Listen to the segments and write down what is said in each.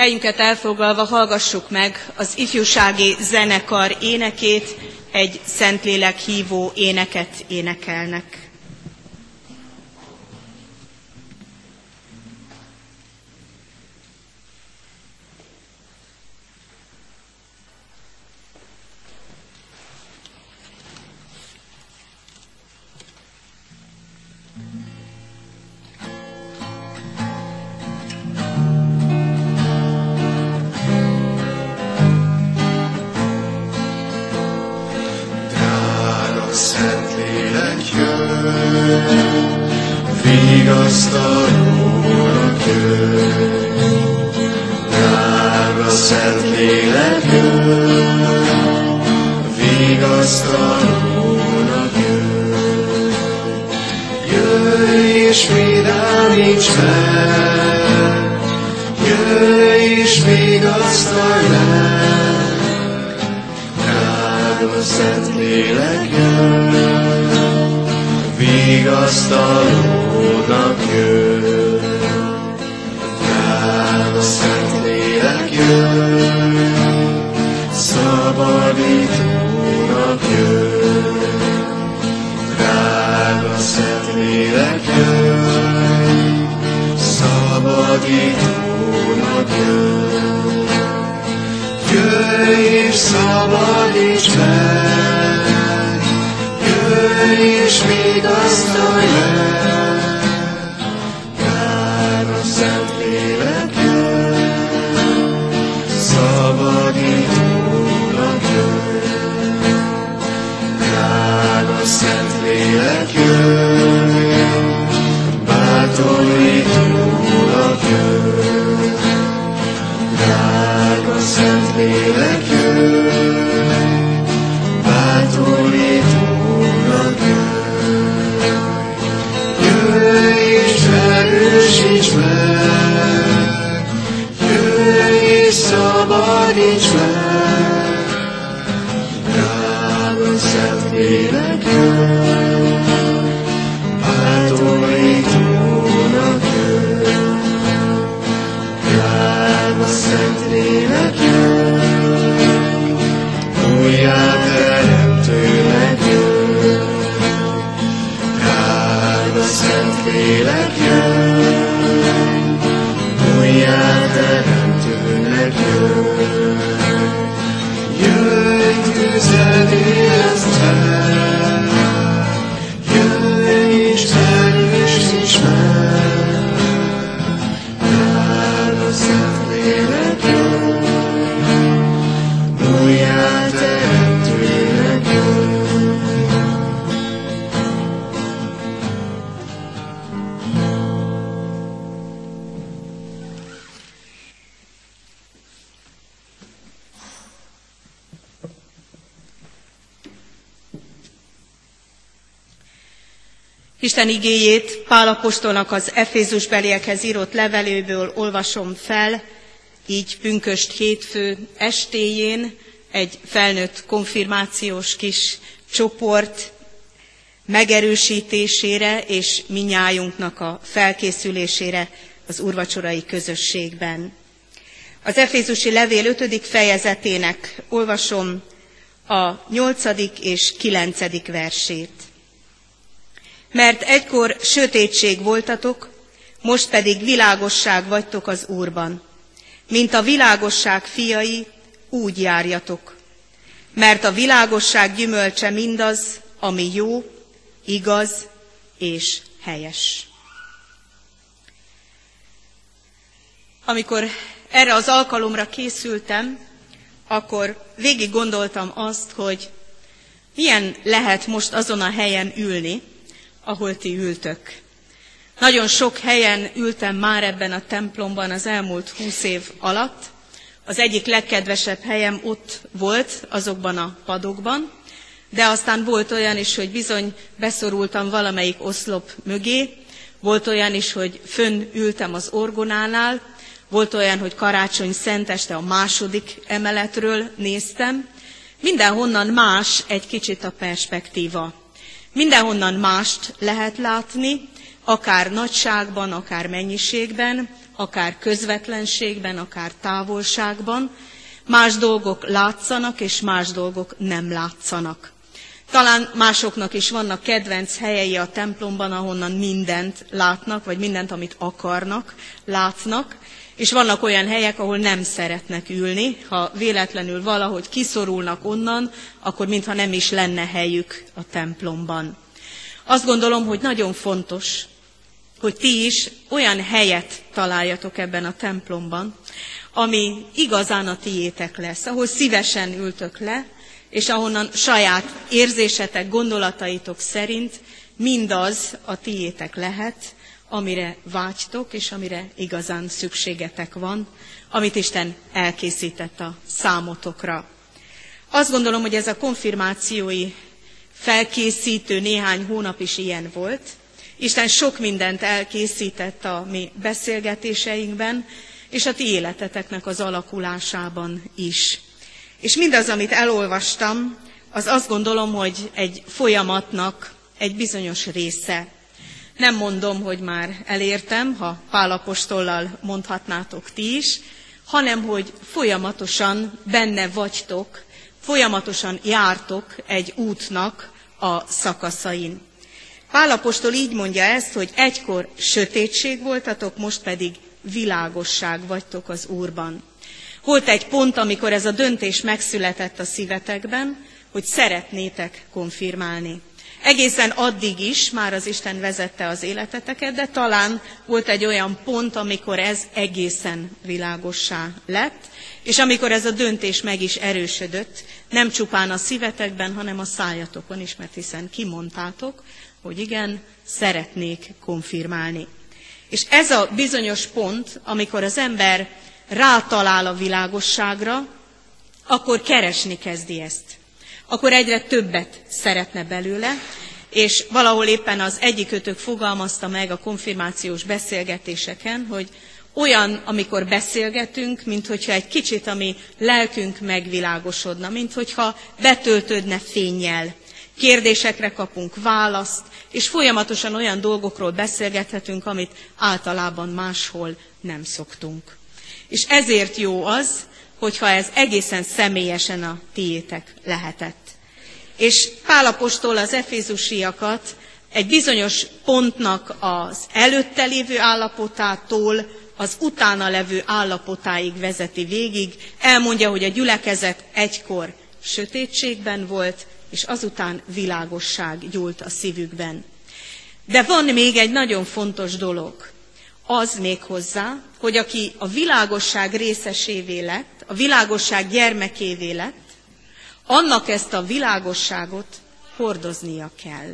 Helyünket elfoglalva hallgassuk meg az ifjúsági zenekar énekét, egy Szentlélek hívó éneket énekelnek. Szentlélek jön, vigasztalónak jön. Drága Szentlélek jön, vigasztalónak jön. Jöjj és vidámíts meg, jöjj és vigasztalj meg. Drága Szentlélek jön, vigasztalónak jön. Drága Szentlélek jön, szabadítónak jön. Drága Szentlélek jön, szabadítónak jön. Jöjj és szabadíts meg, jöjj és vigasztalj meg. Drága Szentlélek jön, szabadítónak jön. Drága Szentlélek jön, bátorítónak jön. Drága Szentlélek jön, bátorítónak jön. Jöjj és erősíts meg, jöjj és szabadíts meg. Drága Szentlélek jön, bátorítónak jön. Drága Szentlélek jön, újjáteremtőnek jön. Drága Szentlélek jön, újjáteremtőnek jön. Jöjj közeléhez te, jöjj és erősíts meg. Drága Szentlélek jön, újjáteremtőnek jön. Isten igéjét Pál apostolnak az Efézusbeliekhez írott leveléből olvasom fel, így pünkösd hétfő estéjén egy felnőtt konfirmációs kis csoport megerősítésére és minnyájunknak a felkészülésére az úrvacsorai közösségben. Az Efézusi levél 5. fejezetének olvasom a 8. és 9. versét. Mert egykor sötétség voltatok, most pedig világosság vagytok az Úrban. Mint a világosság fiai, úgy járjatok. Mert a világosság gyümölcse mindaz, ami jó, igaz és helyes. Amikor erre az alkalomra készültem, akkor végig gondoltam azt, hogy milyen lehet most azon a helyen ülni, ahol ti ültök. Nagyon sok helyen ültem már ebben a templomban az elmúlt 20 év alatt. Az egyik legkedvesebb helyem ott volt, azokban a padokban, de aztán volt olyan is, hogy bizony beszorultam valamelyik oszlop mögé, volt olyan is, hogy fönn ültem az orgonánál, volt olyan, hogy karácsony szenteste a 2. emeletről néztem. Mindenhonnan más egy kicsit a perspektíva. Mindenhonnan mást lehet látni, akár nagyságban, akár mennyiségben, akár közvetlenségben, akár távolságban. Más dolgok látszanak, és más dolgok nem látszanak. Talán másoknak is vannak kedvenc helyei a templomban, ahonnan mindent látnak, vagy mindent, amit akarnak, látnak, és vannak olyan helyek, ahol nem szeretnek ülni. Ha véletlenül valahogy kiszorulnak onnan, akkor mintha nem is lenne helyük a templomban. Azt gondolom, hogy nagyon fontos, hogy ti is olyan helyet találjatok ebben a templomban, ami igazán a tiétek lesz, ahol szívesen ültök le, és ahonnan saját érzésetek, gondolataitok szerint mindaz a tiétek lehet, amire vágytok, és amire igazán szükségetek van, amit Isten elkészített a számotokra. Azt gondolom, hogy ez a konfirmációi felkészítő néhány hónap is ilyen volt. Isten sok mindent elkészített a mi beszélgetéseinkben, és a ti életeteknek az alakulásában is. És mindaz, amit elolvastam, az azt gondolom, hogy egy folyamatnak egy bizonyos része. Nem mondom, hogy már elértem, ha Pál apostollal mondhatnátok ti is, hanem hogy folyamatosan benne vagytok, folyamatosan jártok egy útnak a szakaszain. Pál apostol így mondja ezt, hogy egykor sötétség voltatok, most pedig világosság vagytok az Úrban. Volt egy pont, amikor ez a döntés megszületett a szívetekben, hogy szeretnétek konfirmálni. Egészen addig is már az Isten vezette az életeteket, de talán volt egy olyan pont, amikor ez egészen világossá lett, és amikor ez a döntés meg is erősödött, nem csupán a szívetekben, hanem a szájatokon is, mert hiszen kimondtátok, hogy igen, szeretnék konfirmálni. És ez a bizonyos pont, amikor az ember rátalál a világosságra, akkor keresni kezdi ezt. Akkor egyre többet szeretne belőle, és valahol éppen az egyikőtök fogalmazta meg a konfirmációs beszélgetéseken, hogy olyan, amikor beszélgetünk, minthogyha egy kicsit a mi lelkünk megvilágosodna, minthogyha betöltődne fénnyel. Kérdésekre kapunk választ, és folyamatosan olyan dolgokról beszélgethetünk, amit általában máshol nem szoktunk. És ezért jó az, hogyha ez egészen személyesen a tiétek lehetett. És Pál apostol az efézusiakat egy bizonyos pontnak az előtte lévő állapotától az utána levő állapotáig vezeti végig. Elmondja, hogy a gyülekezet egykor sötétségben volt, és azután világosság gyúlt a szívükben. De van még egy nagyon fontos dolog. Az még hozzá, hogy aki a világosság részesévé lett, a világosság gyermekévé lett, annak ezt a világosságot hordoznia kell.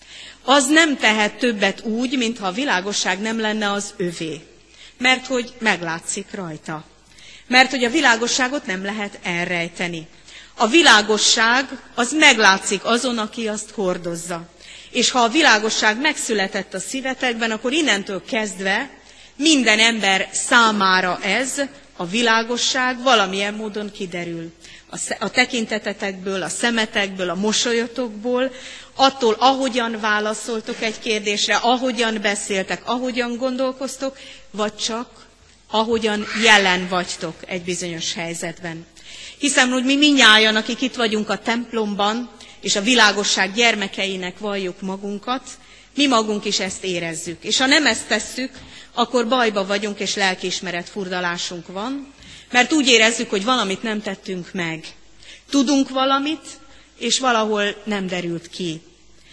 Az nem tehet többet úgy, mintha a világosság nem lenne az övé. Mert hogy meglátszik rajta. Mert hogy a világosságot nem lehet elrejteni. A világosság az meglátszik azon, aki azt hordozza. És ha a világosság megszületett a szívetekben, akkor innentől kezdve minden ember számára ez, a világosság valamilyen módon kiderül. A tekintetetekből, a szemetekből, a mosolyotokból, attól, ahogyan válaszoltok egy kérdésre, ahogyan beszéltek, ahogyan gondolkoztok, vagy csak ahogyan jelen vagytok egy bizonyos helyzetben. Hiszem, hogy mi mindnyájan, akik itt vagyunk a templomban, és a világosság gyermekeinek valljuk magunkat, mi magunk is ezt érezzük. És ha nem ezt tesszük, akkor bajba vagyunk, és lelkiismeret furdalásunk van, mert úgy érezzük, hogy valamit nem tettünk meg. Tudunk valamit, és valahol nem derült ki.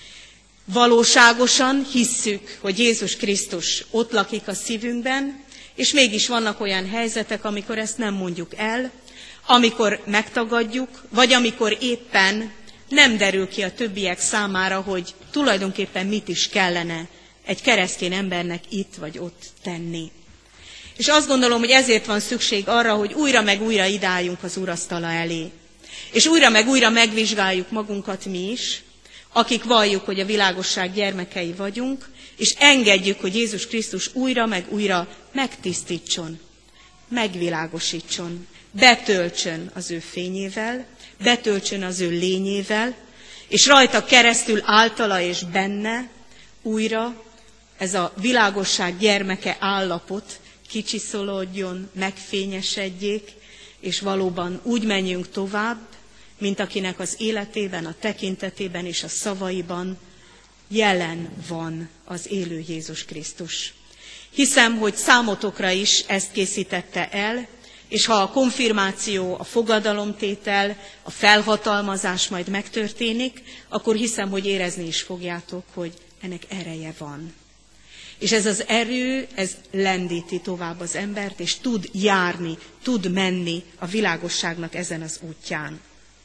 Valóságosan hisszük, hogy Jézus Krisztus ott lakik a szívünkben, és mégis vannak olyan helyzetek, amikor ezt nem mondjuk el, amikor megtagadjuk, vagy amikor éppen nem derül ki a többiek számára, hogy tulajdonképpen mit is kellene egy keresztény embernek itt vagy ott tenni. És azt gondolom, hogy ezért van szükség arra, hogy újra meg újra ideálljunk az úrasztala elé. És újra meg újra megvizsgáljuk magunkat mi is, akik valljuk, hogy a világosság gyermekei vagyunk, és engedjük, hogy Jézus Krisztus újra meg újra megtisztítson, megvilágosítson, betöltsön az ő fényével, betöltsön az ő lényével, és rajta keresztül általa és benne újra ez a világosság gyermeke állapot kicsiszolódjon, megfényesedjék, és valóban úgy menjünk tovább, mint akinek az életében, a tekintetében és a szavaiban jelen van az élő Jézus Krisztus. Hiszem, hogy számotokra is ezt készítette el, és ha a konfirmáció, a fogadalomtétel, a felhatalmazás majd megtörténik, akkor hiszem, hogy érezni is fogjátok, hogy ennek ereje van. És ez az erő, ez lendíti tovább az embert, és tud járni, tud menni a világosságnak ezen az útján.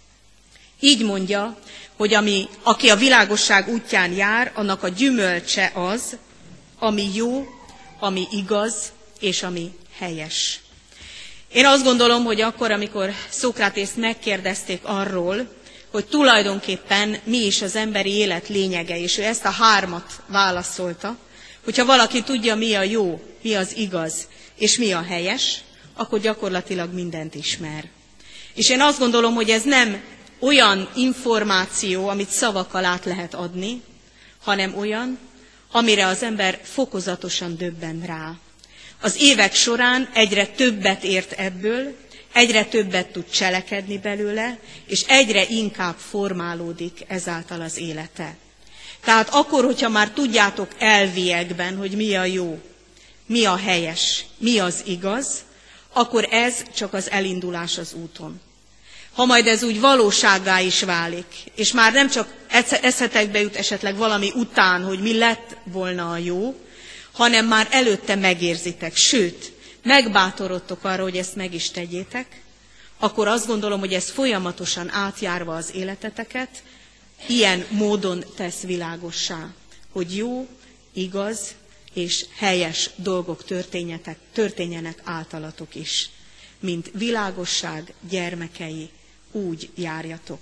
Így mondja, hogy aki a világosság útján jár, annak a gyümölcse az, ami jó, ami igaz, és ami helyes. Én azt gondolom, hogy akkor, amikor Szókratészt megkérdezték arról, hogy tulajdonképpen mi is az emberi élet lényege, és ő ezt a 3 válaszolta, hogyha valaki tudja, mi a jó, mi az igaz, és mi a helyes, akkor gyakorlatilag mindent ismer. És én azt gondolom, hogy ez nem olyan információ, amit szavakkal át lehet adni, hanem olyan, amire az ember fokozatosan döbben rá. Az évek során egyre többet ért ebből, egyre többet tud cselekedni belőle, és egyre inkább formálódik ezáltal az élete. Tehát akkor, hogyha már tudjátok elviekben, hogy mi a jó, mi a helyes, mi az igaz, akkor ez csak az elindulás az úton. Ha majd ez úgy valósággá is válik, és már nem csak eszetekbe jut esetleg valami után, hogy mi lett volna a jó, hanem már előtte megérzitek, sőt, megbátorodtok arra, hogy ezt meg is tegyétek, akkor azt gondolom, hogy ez folyamatosan átjárva az életeteket, ilyen módon tesz világossá, hogy jó, igaz és helyes dolgok történjenek általatok is. Mint világosság gyermekei, úgy járjatok.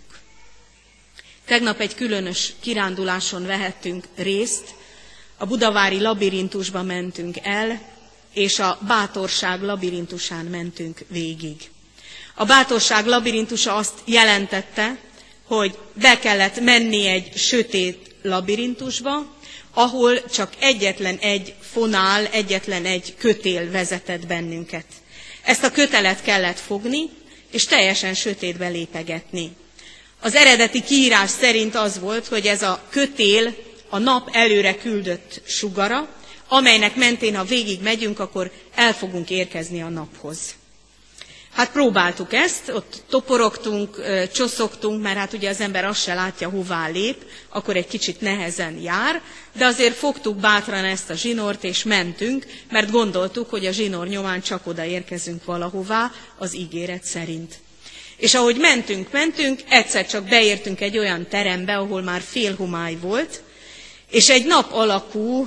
Tegnap egy különös kiránduláson vehettünk részt, a budavári labirintusba mentünk el, és a bátorság labirintusán mentünk végig. A bátorság labirintusa azt jelentette, hogy be kellett menni egy sötét labirintusba, ahol csak egyetlen egy fonál, egyetlen egy kötél vezetett bennünket. Ezt a kötelet kellett fogni, és teljesen sötétbe lépegetni. Az eredeti kiírás szerint az volt, hogy ez a kötél a nap előre küldött sugara, amelynek mentén, ha végig megyünk, akkor el fogunk érkezni a naphoz. Hát próbáltuk ezt, ott toporogtunk, csoszogtunk, mert hát ugye az ember azt se látja, hová lép, akkor egy kicsit nehezen jár, de azért fogtuk bátran ezt a zsinort, és mentünk, mert gondoltuk, hogy a zsinór nyomán csak oda érkezünk valahová, az ígéret szerint. És ahogy mentünk, egyszer csak beértünk egy olyan terembe, ahol már félhomály volt, és egy nap alakú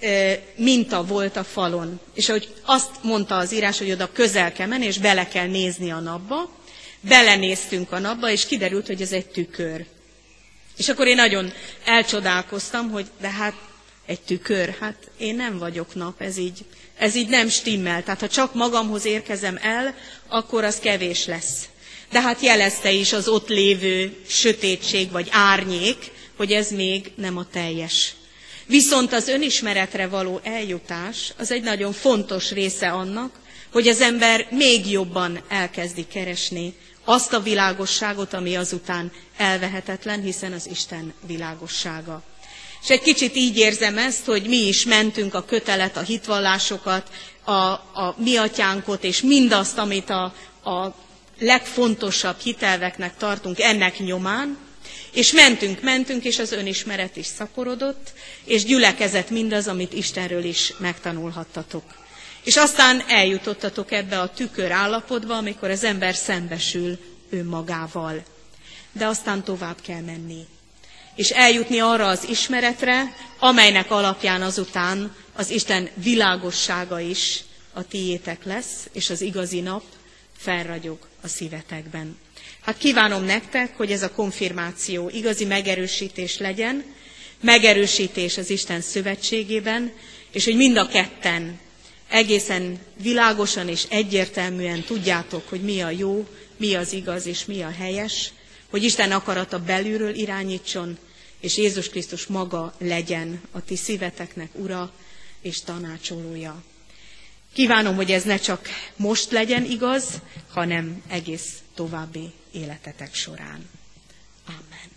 minta volt a falon. És ahogy azt mondta az írás, hogy oda közel kell menni, és bele kell nézni a napba, belenéztünk a napba, és kiderült, hogy ez egy tükör. És akkor én nagyon elcsodálkoztam, hogy de hát egy tükör, hát én nem vagyok nap, ez így nem stimmel. Tehát ha csak magamhoz érkezem el, akkor az kevés lesz. De hát jelezte is az ott lévő sötétség vagy árnyék, hogy ez még nem a teljes. Viszont az önismeretre való eljutás az egy nagyon fontos része annak, hogy az ember még jobban elkezdi keresni azt a világosságot, ami azután elvehetetlen, hiszen az Isten világossága. És egy kicsit így érzem ezt, hogy mi is mentünk a kötelet, a hitvallásokat, a mi atyánkot, és mindazt, amit a legfontosabb hitelveknek tartunk ennek nyomán, és mentünk, és az önismeret is szaporodott, és gyülekezett mindaz, amit Istenről is megtanulhattatok. És aztán eljutottatok ebbe a tükör állapotba, amikor az ember szembesül önmagával. De aztán tovább kell menni. És eljutni arra az ismeretre, amelynek alapján azután az Isten világossága is a tiétek lesz, és az igazi nap felragyog a szívetekben. Hát kívánom nektek, hogy ez a konfirmáció igazi megerősítés legyen, megerősítés az Isten szövetségében, és hogy mind a ketten egészen világosan és egyértelműen tudjátok, hogy mi a jó, mi az igaz és mi a helyes, hogy Isten akarata belülről irányítson, és Jézus Krisztus maga legyen a ti szíveteknek ura és tanácsolója. Kívánom, hogy ez ne csak most legyen igaz, hanem egész további életetek során. Amen.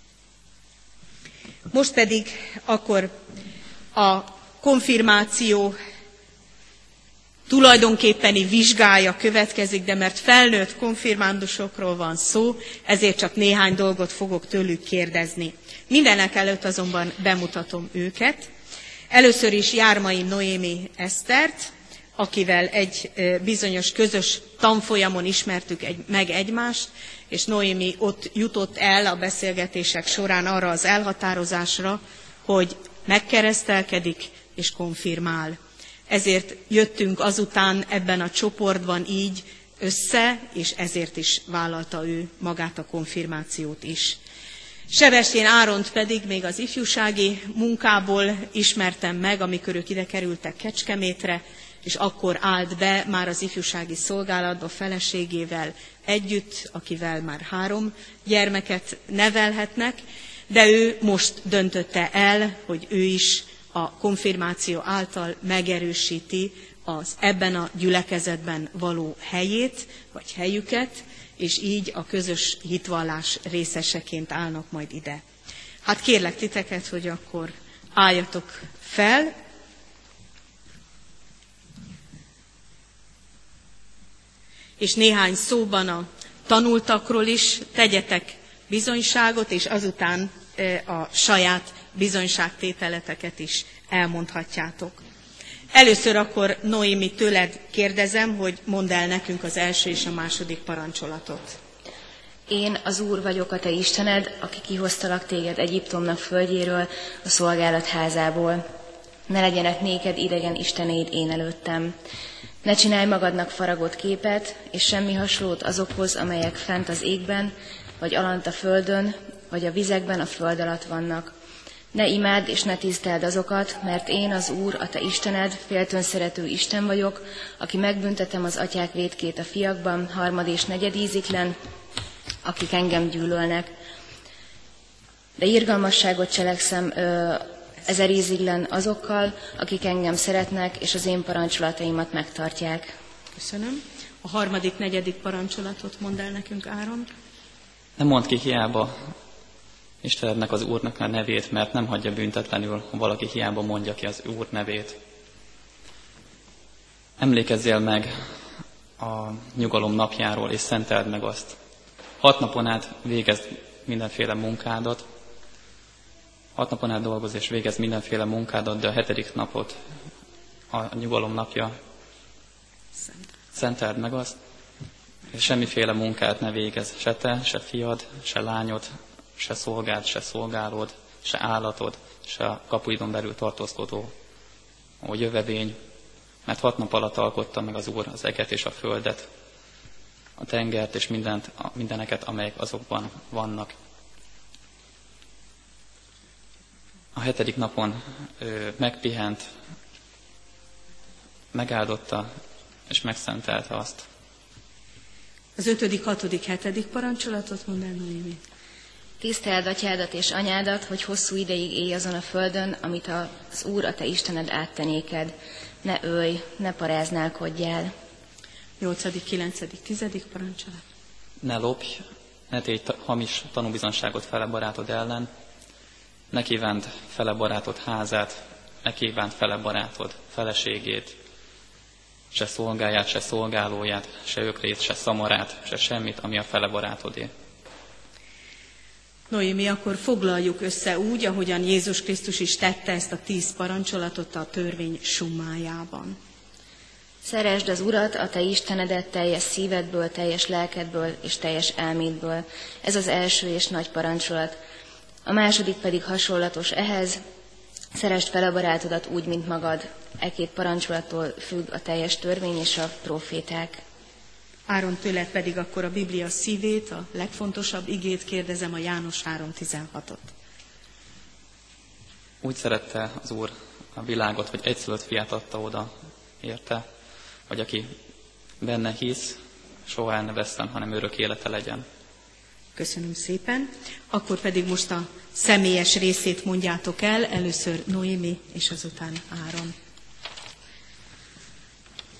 Most pedig akkor a konfirmáció tulajdonképpeni vizsgája következik, de mert felnőtt konfirmándusokról van szó, ezért csak néhány dolgot fogok tőlük kérdezni. Mindenek előtt azonban bemutatom őket. Először is Jármai Noémi Esztert, akivel egy bizonyos közös tanfolyamon ismertük meg egymást, és Noémi ott jutott el a beszélgetések során arra az elhatározásra, hogy megkeresztelkedik és konfirmál. Ezért jöttünk azután ebben a csoportban így össze, és ezért is vállalta ő magát a konfirmációt is. Sebestyén Áront pedig még az ifjúsági munkából ismertem meg, amikor ők ide kerültek Kecskemétre, és akkor állt be már az ifjúsági szolgálatba feleségével együtt, akivel már 3 gyermeket nevelhetnek, de ő most döntötte el, hogy ő is a konfirmáció által megerősíti az ebben a gyülekezetben való helyét, vagy helyüket, és így a közös hitvallás részeseként állnak majd ide. Hát kérlek titeket, hogy akkor álljatok fel, és néhány szóban a tanultakról is tegyetek bizonyságot, és azután a saját bizonyságtételeteket is elmondhatjátok. Először akkor Noémi, tőled kérdezem, hogy mondd el nekünk az első és a második parancsolatot. Én az Úr vagyok, a te Istened, aki kihoztalak téged Egyiptomnak földjéről, a szolgálat házából. Ne legyenek néked idegen isteneid én előttem. Ne csinálj magadnak faragott képet, és semmi hasonlót azokhoz, amelyek fent az égben, vagy alant a földön, vagy a vizekben a föld alatt vannak. Ne imádd és ne tiszteld azokat, mert én az Úr, a te Istened, féltőn szerető Isten vagyok, aki megbüntetem az atyák vétkét a fiakban, 3. és 4. íziklen, akik engem gyűlölnek. De irgalmasságot cselekszem 1000 íziglen azokkal, akik engem szeretnek, és az én parancsolataimat megtartják. Köszönöm. A 3., 4. parancsolatot mondd el nekünk, Áron. Nem mondd ki hiába Istenednek, az Úrnak a nevét, mert nem hagyja büntetlenül, ha valaki hiába mondja ki az Úr nevét. Emlékezzél meg a nyugalom napjáról, és szenteld meg azt. 6 napon át végezd mindenféle munkádat, 6 napon át dolgozz és végezd mindenféle munkádat, de a 7. napot, a nyugalom napja, szenteld meg azt, és semmiféle munkát ne végezz, se te, se fiad, se lányod, se szolgád, se szolgálód, se állatod, se a kapuidon belül tartózkodó jövevény, mert 6 nap alatt alkotta meg az Úr az eget és a földet, a tengert és mindeneket, amelyek azokban vannak. A 7. napon megpihent, megáldotta és megszentelte azt. Az 5., 6., 7. parancsolatot mondd el, Noémi. Tiszteld atyádat és anyádat, hogy hosszú ideig élj azon a földön, amit az Úr, a te Istened áttenéked. Ne ölj, ne paráználkodjál. 8., 9., 10. parancsolat. Ne lopj, ne tégy hamis tanúbizonyságot fele barátod ellen, ne kívánd fele barátod házát, ne kívánd fele barátod feleségét, se szolgáját, se szolgálóját, se ökrét, se szamarát, se semmit, ami a fele barátodé. Noémi, akkor foglaljuk össze úgy, ahogyan Jézus Krisztus is tette ezt a 10 parancsolatot a törvény summájában. Szeresd az Urat, a te Istenedet teljes szívedből, teljes lelkedből és teljes elmédből. Ez az első és nagy parancsolat. A második pedig hasonlatos ehhez. Szeresd fel a barátodat úgy, mint magad. E 2 parancsolattól függ a teljes törvény és a próféták. Áron, tőled pedig akkor a Biblia szívét, a legfontosabb igét kérdezem, a János 3.16-ot. Úgy szerette az Úr a világot, hogy egyszülött fiát adta oda érte, hogy aki benne hisz, soha el ne vesszen, hanem örök élete legyen. Köszönöm szépen. Akkor pedig most a személyes részét mondjátok el, először Noémi, és azután Áron.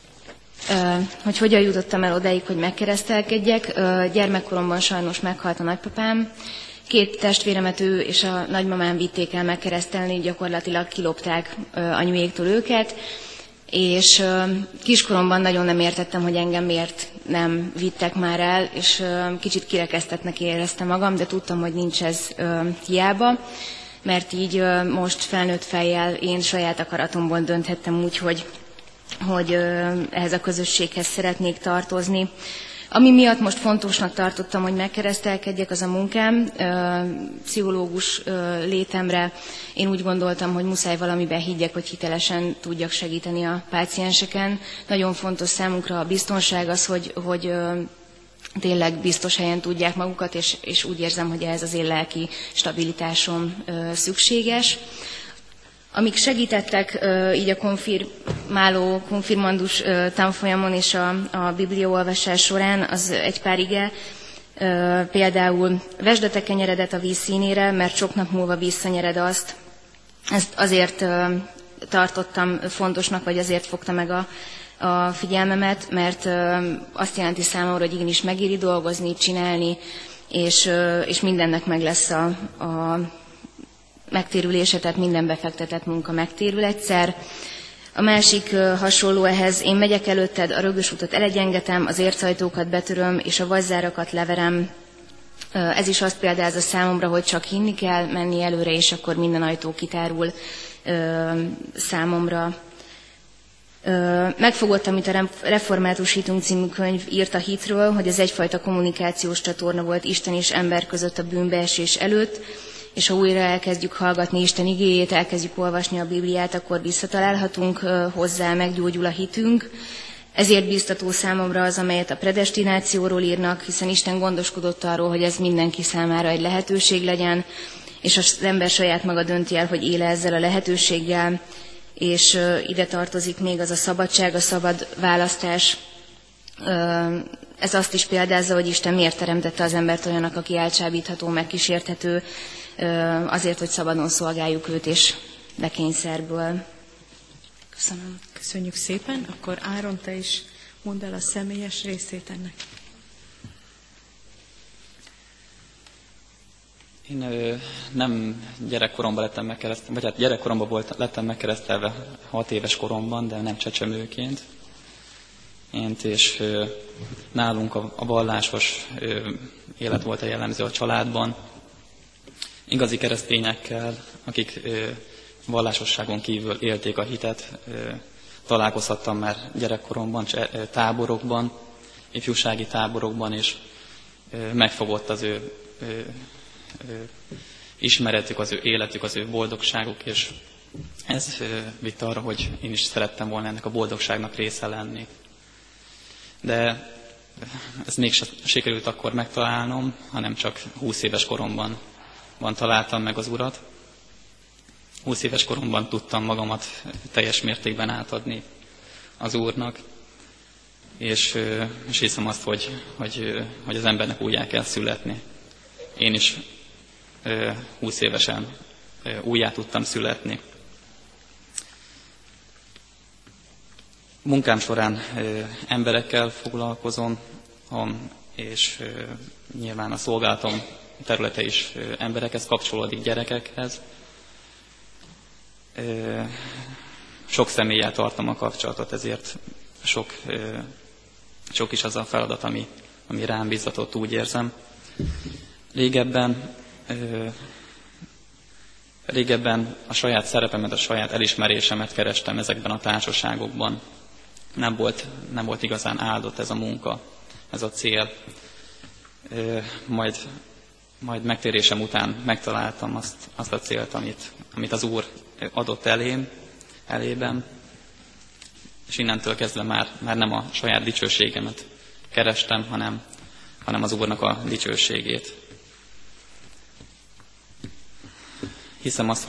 Hogy hogyan jutottam el odáig, hogy megkeresztelkedjek. Gyermekkoromban sajnos meghalt a nagypapám. 2 testvéremet ő és a nagymamám vitték el megkeresztelni, gyakorlatilag kilopták anyuéktól őket, és kiskoromban nagyon nem értettem, hogy engem miért nem vittek már el, és kicsit kirekesztettnek éreztem magam, de tudtam, hogy nincs ez hiába, mert így most felnőtt fejjel én saját akaratomból dönthettem úgy, hogy ehhez a közösséghez szeretnék tartozni. Ami miatt most fontosnak tartottam, hogy megkeresztelkedjek, az a munkám, pszichológus létemre. Én úgy gondoltam, hogy muszáj valamiben higgyek, hogy hitelesen tudjak segíteni a pácienseken. Nagyon fontos számunkra a biztonság az, hogy tényleg biztos helyen tudják magukat, és úgy érzem, hogy ehhez az én lelki stabilitásom szükséges. Amik segítettek így a konfirmandus tanfolyamon és a bibliaolvasás során, az egy pár ige, például vesd a te kenyeredet a víz színére, mert sok nap múlva visszanyered azt. Ezt azért tartottam fontosnak, vagy azért fogta meg a figyelmemet, mert azt jelenti számomra, hogy igenis megéri dolgozni, csinálni, és mindennek meg lesz a megtérülése, tehát minden befektetett munka megtérül egyszer. A másik hasonló ehhez, én megyek előtted, a rögös utat elegyengetem, az ércajtókat betöröm, és a vazzárakat leverem. Ez is azt példázza számomra, hogy csak hinni kell, menni előre, és akkor minden ajtó kitárul számomra. Megfogott, amit a Református hitunk című könyv írt a hitről, hogy ez egyfajta kommunikációs csatorna volt Isten és ember között a bűnbeesés előtt, és ha újra elkezdjük hallgatni Isten igéjét, elkezdjük olvasni a Bibliát, akkor visszatalálhatunk hozzá, meggyógyul a hitünk. Ezért biztató számomra az, amelyet a predestinációról írnak, hiszen Isten gondoskodott arról, hogy ez mindenki számára egy lehetőség legyen, és az ember saját maga dönti el, hogy éle ezzel a lehetőséggel, és ide tartozik még az a szabadság, a szabad választás. Ez azt is példázza, hogy Isten miért teremtette az embert olyanak, aki elcsábítható, megkísérthető, azért, hogy szabadon szolgáljuk őt, és de kényszerből. Köszönöm. Köszönjük szépen. Akkor Áron, te is mondd el a személyes részét ennek. Én nem gyerekkoromban lettem megkeresztelve, vagy hát gyerekkoromban lettem megkeresztelve 6 éves koromban, de nem csecsemőként. És nálunk a vallásos élet volt a jellemző a családban. Igazi keresztényekkel, akik vallásosságon kívül élték a hitet, találkozhattam már gyerekkoromban, táborokban, ifjúsági táborokban, és megfogott az ő ismeretük, az ő életük, az ő boldogságuk, és ez vitt arra, hogy én is szerettem volna ennek a boldogságnak része lenni. De ezt mégsem sikerült akkor megtalálnom, hanem csak 20 éves koromban találtam meg az Urat. 20 éves koromban tudtam magamat teljes mértékben átadni az Úrnak, és hiszem azt, hogy az embernek újjá kell születni. Én is 20 évesen újjá tudtam születni. Munkám során emberekkel foglalkozom, és nyilván a szolgálatom területe is emberekhez kapcsolódik, gyerekekhez. Sok személlyel tartom a kapcsolatot, ezért sok is az a feladat, ami rám bízatott, úgy érzem. Régebben a saját szerepemet, a saját elismerésemet kerestem ezekben a társaságokban. Nem volt igazán áldott ez a munka, ez a cél. Majd megtérésem után megtaláltam azt a célt, amit az Úr adott elében, és innentől kezdve már nem a saját dicsőségemet kerestem, hanem az Úrnak a dicsőségét. Hiszem azt,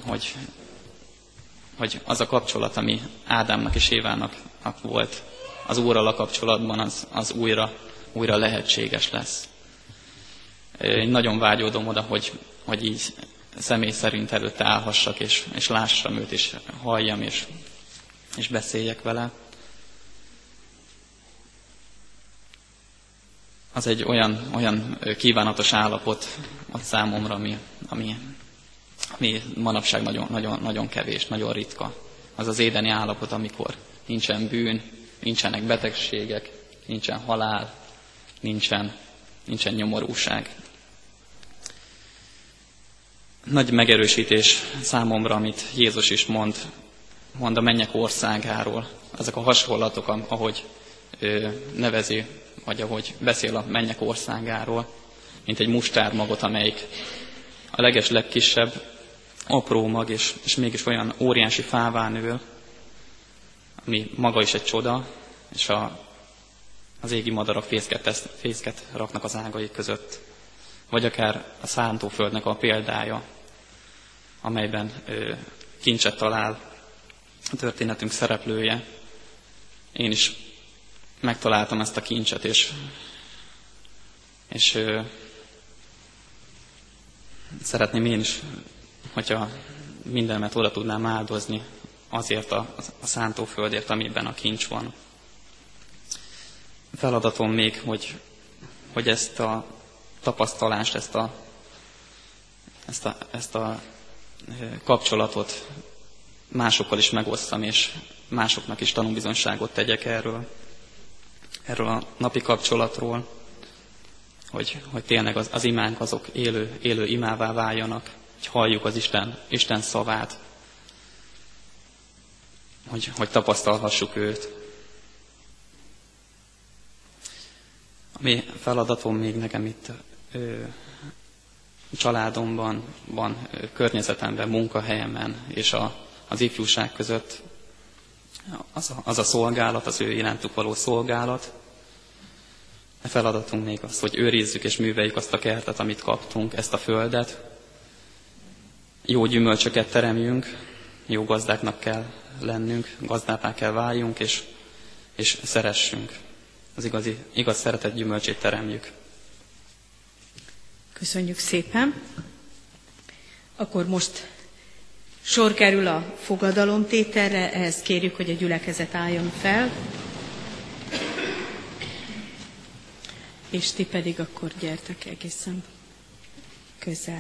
hogy az a kapcsolat, ami Ádámnak és Évának volt, az Úrral a kapcsolatban, az újra lehetséges lesz. Én nagyon vágyódom oda, hogy így személy szerint előtte állhassak, és lássam őt, és halljam, és beszéljek vele. az egy olyan kívánatos állapot ad számomra, ami manapság nagyon kevés, nagyon ritka. Az az édeni állapot, amikor nincsen bűn, nincsenek betegségek, nincsen halál, nincsen nyomorúság. Nagy megerősítés számomra, amit Jézus is mond a mennyek országáról. Ezek a hasonlatok, ahogy nevezi, vagy ahogy beszél a mennyek országáról, mint egy mustármagot, amelyik a legkisebb, apró mag, és mégis olyan óriási fává nő, ami maga is egy csoda, és az égi madarak fészket raknak az ágai között. Vagy akár a szántóföldnek a példája, amelyben kincset talál a történetünk szereplője. Én is megtaláltam ezt a kincset, és szeretném én is, hogyha mindenmet oda tudnám áldozni azért a szántóföldért, amiben a kincs van. Feladatom még, hogy ezt a tapasztalást, ezt a kapcsolatot másokkal is megosztam, és másoknak is tanúbizonyságot tegyek erről a napi kapcsolatról, hogy tényleg az imánk azok élő imává váljanak, hogy halljuk az Isten szavát, hogy tapasztalhassuk őt. Ami feladatom még nekem itt családomban, környezetemben, munkahelyemen és az ifjúság között az a szolgálat, az ő irántuk való szolgálat. A feladatunk még az, hogy őrizzük és műveljük azt a kertet, amit kaptunk, ezt a földet. Jó gyümölcsöket teremjünk, jó gazdáknak kell lennünk, gazdává kell váljunk, és szeressünk. Az igaz szeretet gyümölcsét teremjük. Köszönjük szépen. Akkor most sor kerül a fogadalomtételre, ehhez kérjük, hogy a gyülekezet álljon fel. És ti pedig akkor gyertek egészen közel.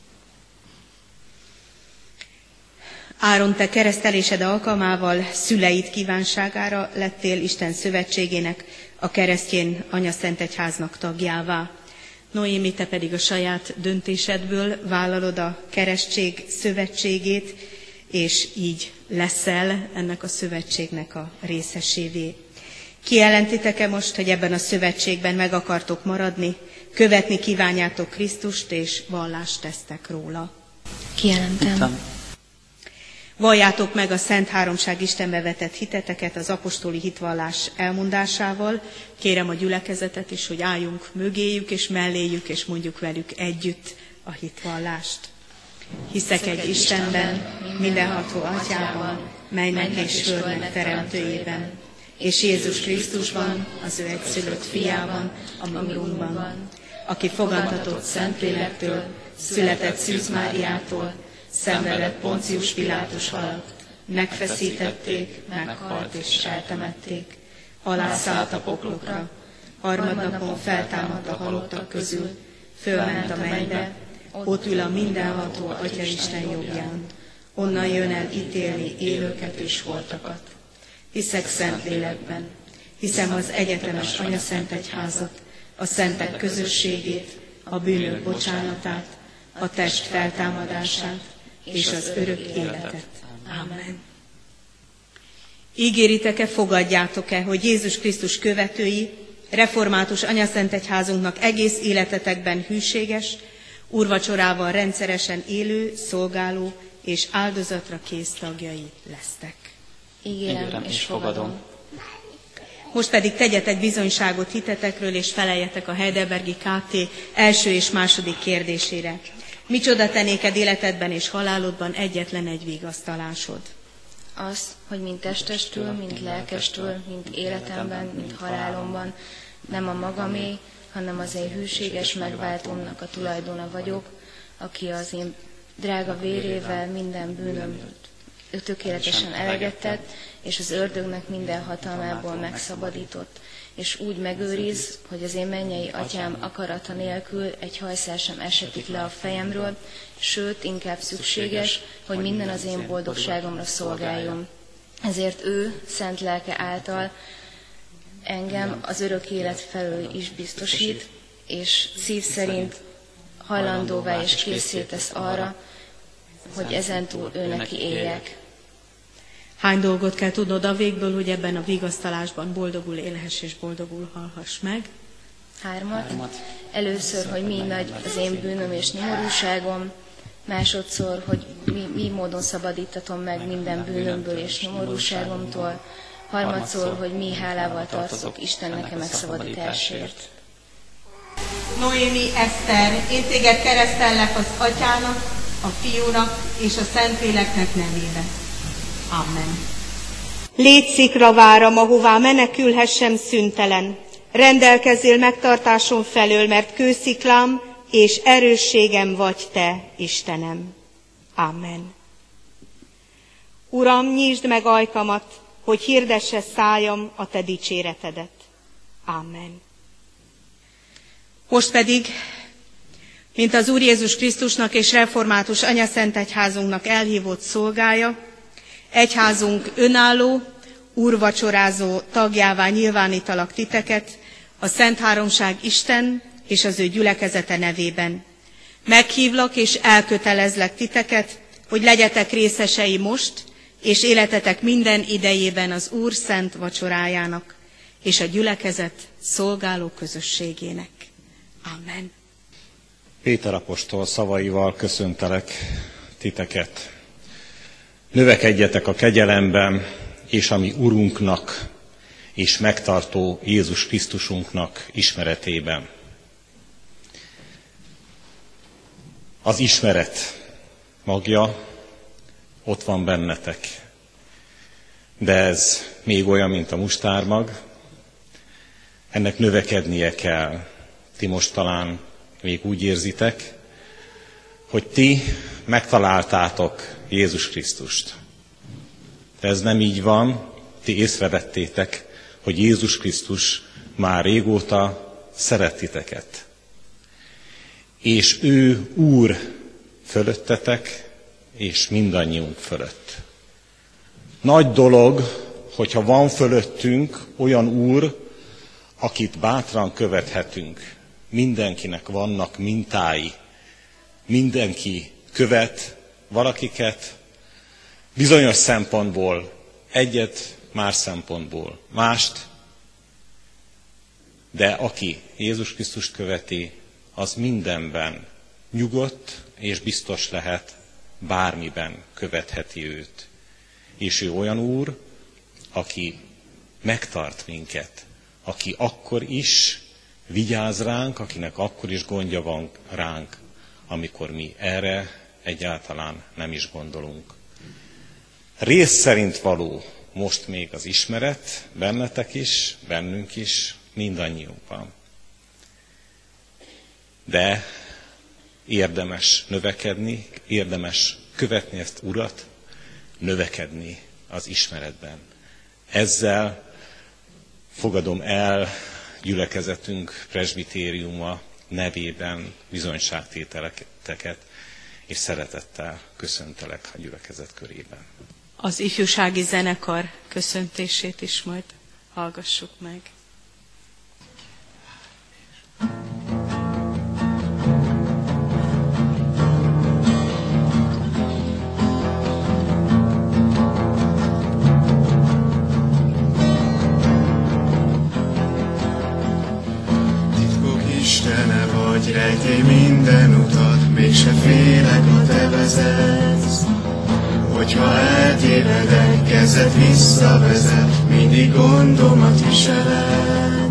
Áron, te keresztelésed alkalmával szüleid kívánságára lettél Isten szövetségének, a keresztény anyaszentegyháznak tagjává. Noémi, te pedig a saját döntésedből vállalod a keresztség szövetségét, és így leszel ennek a szövetségnek a részesévé. Kijelentitek-e most, hogy ebben a szövetségben meg akartok maradni, követni kívánjátok Krisztust, és vallást tesztek róla? Kijelentem. Valljátok meg a Szent Háromság Istenbe vetett hiteteket az apostoli hitvallás elmondásával. Kérem a gyülekezetet is, hogy álljunk mögéjük és melléjük, és mondjuk velük együtt a hitvallást. Hiszek egy Istenben, mindenható Atyában, mennek és földnek teremtőjében, és Jézus Krisztusban, az ő egyszülött fiában, a mi Urunkban, aki fogantatott Szentlélektől, született Szűz Máriától, szenvedett Poncius Pilátus alatt, megfeszítették, meghalt és eltemették, alászállt a poklokra, harmadnapon feltámadt a halottak közül, fölment a mennybe, ott ül a mindenható Atya Isten jobbján, onnan jön el ítélni élőket és holtakat. Hiszek Szentlélekben, hiszem az egyetemes anyaszentegyházat, a szentek közösségét, a bűnök bocsánatát, a test feltámadását és az örök életet. Amen. Ígéritek-e, fogadjátok-e, hogy Jézus Krisztus követői, református anyaszentegyházunknak egész életetekben hűséges, úrvacsorával rendszeresen élő, szolgáló és áldozatra kész tagjai lesztek? Ígérem és fogadom. Most pedig tegyetek bizonyságot hitetekről, és feleljetek a Heidelbergi Kft. Első és második kérdésére. Micsoda te néked életedben és halálodban egyetlen egy vigasztalásod? Az, hogy mind testestől, mind lelkestől, mind életemben, mind halálomban nem a magamé, hanem az én hűséges megváltómnak a tulajdona vagyok, aki az én drága vérével minden bűnöm tökéletesen eleget tett, és az ördögnek minden hatalmából megszabadított, és úgy megőriz, hogy az én mennyei atyám akarata nélkül egy hajszál sem esetik le a fejemről, sőt, inkább szükséges, hogy minden az én boldogságomra szolgáljon. Ezért ő, szent lelke által engem az örök élet felől is biztosít, és szív szerint hajlandóvá és készé tesz arra, hogy ezentúl ő neki éljek. Hány dolgot kell tudnod a végből, hogy ebben a vigasztalásban boldogul élhess és boldogul halhass meg? 3. Először, hogy mi nagy az én bűnöm és nyomorúságom, másodszor, hogy mi módon szabadítatom meg minden bűnömből és nyomorúságomtól, harmadszor, hogy mi hálával tartozok Istennek a megszabadításért. Noémi Eszter, én téged keresztellek az Atyának, a Fiúnak és a Szentléleknek nevében. Amen. Létszikra váram, ahová menekülhessem szüntelen. Rendelkezzél megtartásom felől, mert kősziklám és erősségem vagy te, Istenem. Amen. Uram, nyisd meg ajkamat, hogy hirdesse szájam a te dicséretedet. Amen. Most pedig, mint az Úr Jézus Krisztusnak és református anyaszentegyházunknak elhívott szolgája, egyházunk önálló, úrvacsorázó tagjává nyilvánítalak titeket a Szent Háromság Isten és az ő gyülekezete nevében. Meghívlak és elkötelezlek titeket, hogy legyetek részesei most és életetek minden idejében az Úr szent vacsorájának és a gyülekezet szolgáló közösségének. Amen. Péter apostol szavaival köszöntelek titeket. Növekedjetek a kegyelemben, és a mi Urunknak és megtartó Jézus Krisztusunknak ismeretében. Az ismeret magja ott van bennetek, de ez még olyan, mint a mustármag, ennek növekednie kell. Ti most talán még úgy érzitek, hogy ti megtaláltátok Jézus Krisztust. De ez nem így van, ti észrevettétek, hogy Jézus Krisztus már régóta szeret titeket. És ő Úr fölöttetek, és mindannyiunk fölött. Nagy dolog, hogyha van fölöttünk olyan Úr, akit bátran követhetünk. Mindenkinek vannak mintái. Mindenki követ valakiket, bizonyos szempontból egyet, más szempontból mást, de aki Jézus Krisztust követi, az mindenben nyugodt és biztos lehet, bármiben követheti őt. És ő olyan Úr, aki megtart minket, aki akkor is vigyáz ránk, akinek akkor is gondja van ránk, amikor mi erre egyáltalán nem is gondolunk. Rész szerint való most még az ismeret, bennetek is, bennünk is, mindannyiunkban. De érdemes növekedni, érdemes követni ezt Urat, növekedni az ismeretben. Ezzel fogadom el gyülekezetünk presbitériuma nevében bizonyságtételeket, és szeretettel köszöntelek a gyülekezet körében. Az ifjúsági zenekar köszöntését is majd hallgassuk meg. Istene vagy, rejtély minden utat, mégse félek, ha te vezetsz. Hogyha eltévedek, kezed visszavezet, mindig gondomat viseled.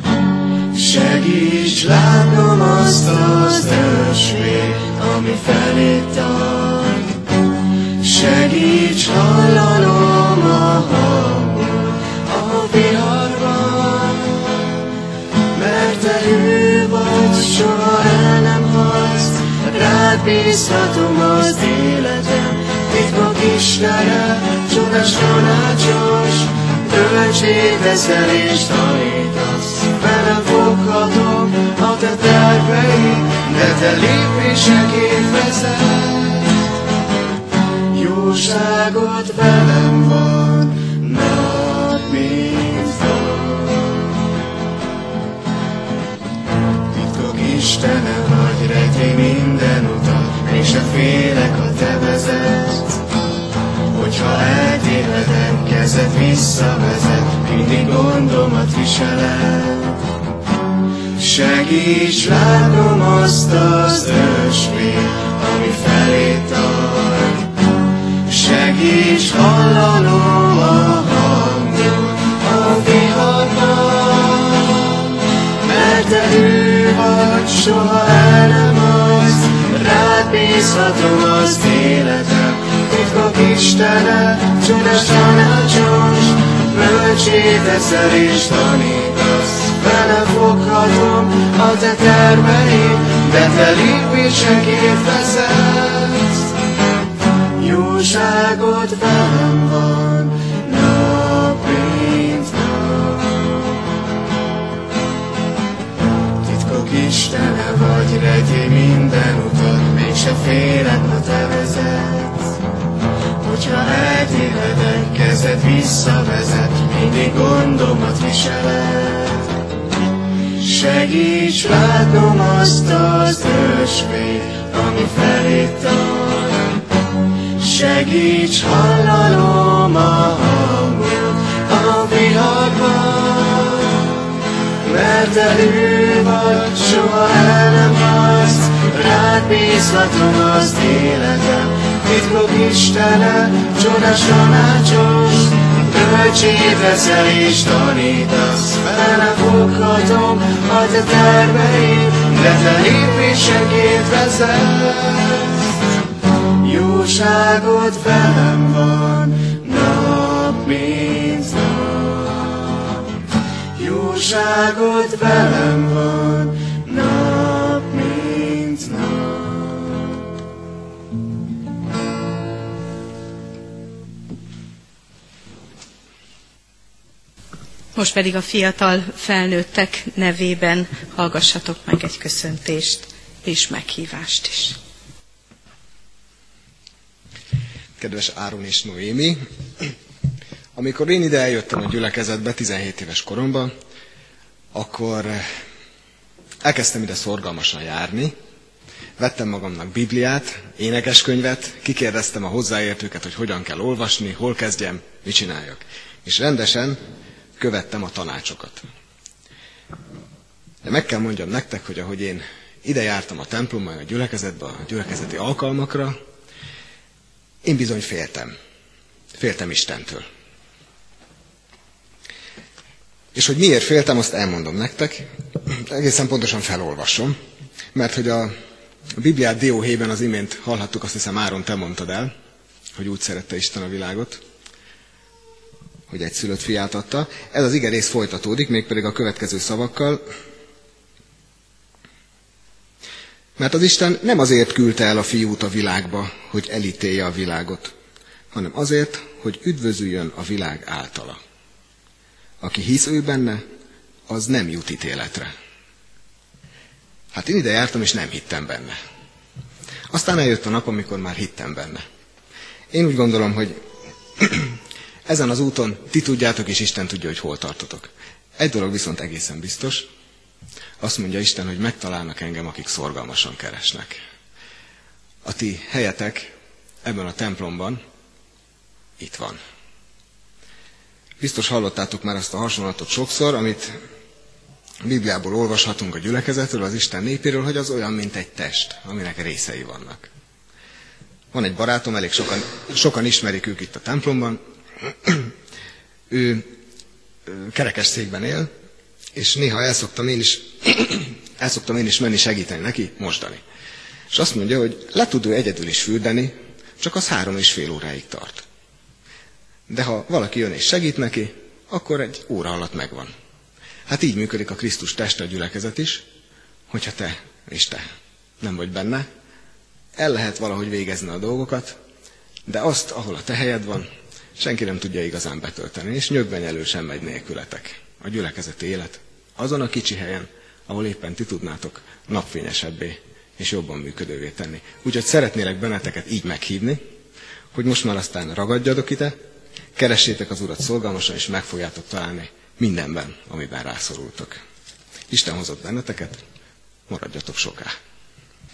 Segíts látnom azt az ösvényt, ami felé tart. Segíts hallanom a hangot a viharban, mert te hű vagy, soha el nem hagysz, rád bízhatom az életem, titkok Istene, csodás tanácsos, bölcsé teszel és tanítasz. Velem foghatom a te terveid, de te lépésekért vezet. Jóságod velem van, nap mint nap. Titkok Istene vagy, rejtély minden utat, mégse félek, ha te vezetsz. Hogyha eltévedek, kezed visszavezet, mindig gondomat viseled. Segíts látnom azt az ösvényt, ami felé tart. Segíts hallanom a hangot a viharban, mert te ő vagy, soha el nem hagysz, rád bízhatom az életem. Titkok Istene, csodás tanácsos, bölcsé teszel és tanítasz. Vele foghatom a te terveid, de te lépésekért vezetsz. Jóságod velem van, nap mint nap. Titkok Istene vagy, rejtély minden utat, mégse félek, ha te vezetsz. Hogyha eltévedek, kezed visszavezet, mindig gondomat viseled. Segíts látnom azt az ösvényt, ami felé tart. Segíts hallanom a hangot a viharban, mert te ő vagy, soha el nem hagysz, rád bízhatom az életem. Titkok Istene, csodás tanácsos, bölcsé teszel és tanítasz. Vele foghatom a te terveid, de te lépésekért vezetsz. Jóságod velem van, nap mint nap. Jóságod velem van, nap mint nap. Most pedig a fiatal felnőttek nevében hallgassatok meg egy köszöntést és meghívást is. Kedves Áron és Noémi, amikor én ide eljöttem a gyülekezetbe 17 éves koromban, akkor elkezdtem ide szorgalmasan járni, vettem magamnak Bibliát, énekeskönyvet, kikérdeztem a hozzáértőket, hogy hogyan kell olvasni, hol kezdjem, mit csináljak. És rendesen követtem a tanácsokat. De meg kell mondjam nektek, hogy ahogy én ide jártam a templomban, a gyülekezetbe, a gyülekezeti alkalmakra, én bizony féltem. Féltem Istentől. És hogy miért féltem, azt elmondom nektek. Egészen pontosan felolvasom, mert hogy a Bibliát dióhéjban az imént hallhattuk, azt hiszem Áron, te mondtad el, hogy úgy szerette Isten a világot, hogy egy szülött fiát adta. Ez az igerész folytatódik, mégpedig a következő szavakkal. Mert az Isten nem azért küldte el a fiút a világba, hogy elítélje a világot, hanem azért, hogy üdvözüljön a világ általa. Aki hisz ő benne, az nem jut ítéletre. Hát én ide jártam, és nem hittem benne. Aztán eljött a nap, amikor már hittem benne. Én úgy gondolom, hogy ezen az úton ti tudjátok, és Isten tudja, hogy hol tartotok. Egy dolog viszont egészen biztos, azt mondja Isten, hogy megtalálnak engem, akik szorgalmasan keresnek. A ti helyetek ebben a templomban itt van. Biztos hallottátok már azt a hasonlatot sokszor, amit a Bibliából olvashatunk a gyülekezetről, az Isten népéről, hogy az olyan, mint egy test, aminek részei vannak. Van egy barátom, elég sokan ismerik ők itt a templomban. Ő kerekesszékben él, és néha el szoktam én is menni segíteni neki mosdani. És azt mondja, hogy le tud ő egyedül is fürdeni, csak az 3,5 óráig tart. De ha valaki jön és segít neki, akkor 1 óra alatt megvan. Hát így működik a Krisztus teste, a gyülekezet is, hogyha te és te nem vagy benne, el lehet valahogy végezni a dolgokat, de azt, ahol a te helyed van, senki nem tudja igazán betölteni, és nyögvenyelő sem megy nélkületek. A gyülekezeti élet azon a kicsi helyen, ahol éppen ti tudnátok napfényesebbé és jobban működővé tenni. Úgyhogy szeretnélek benneteket így meghívni, hogy most már aztán ragadjatok ide, keressétek az Urat szolgalmasan, és meg fogjátok találni mindenben, amiben rászorultok. Isten hozott benneteket, maradjatok soká!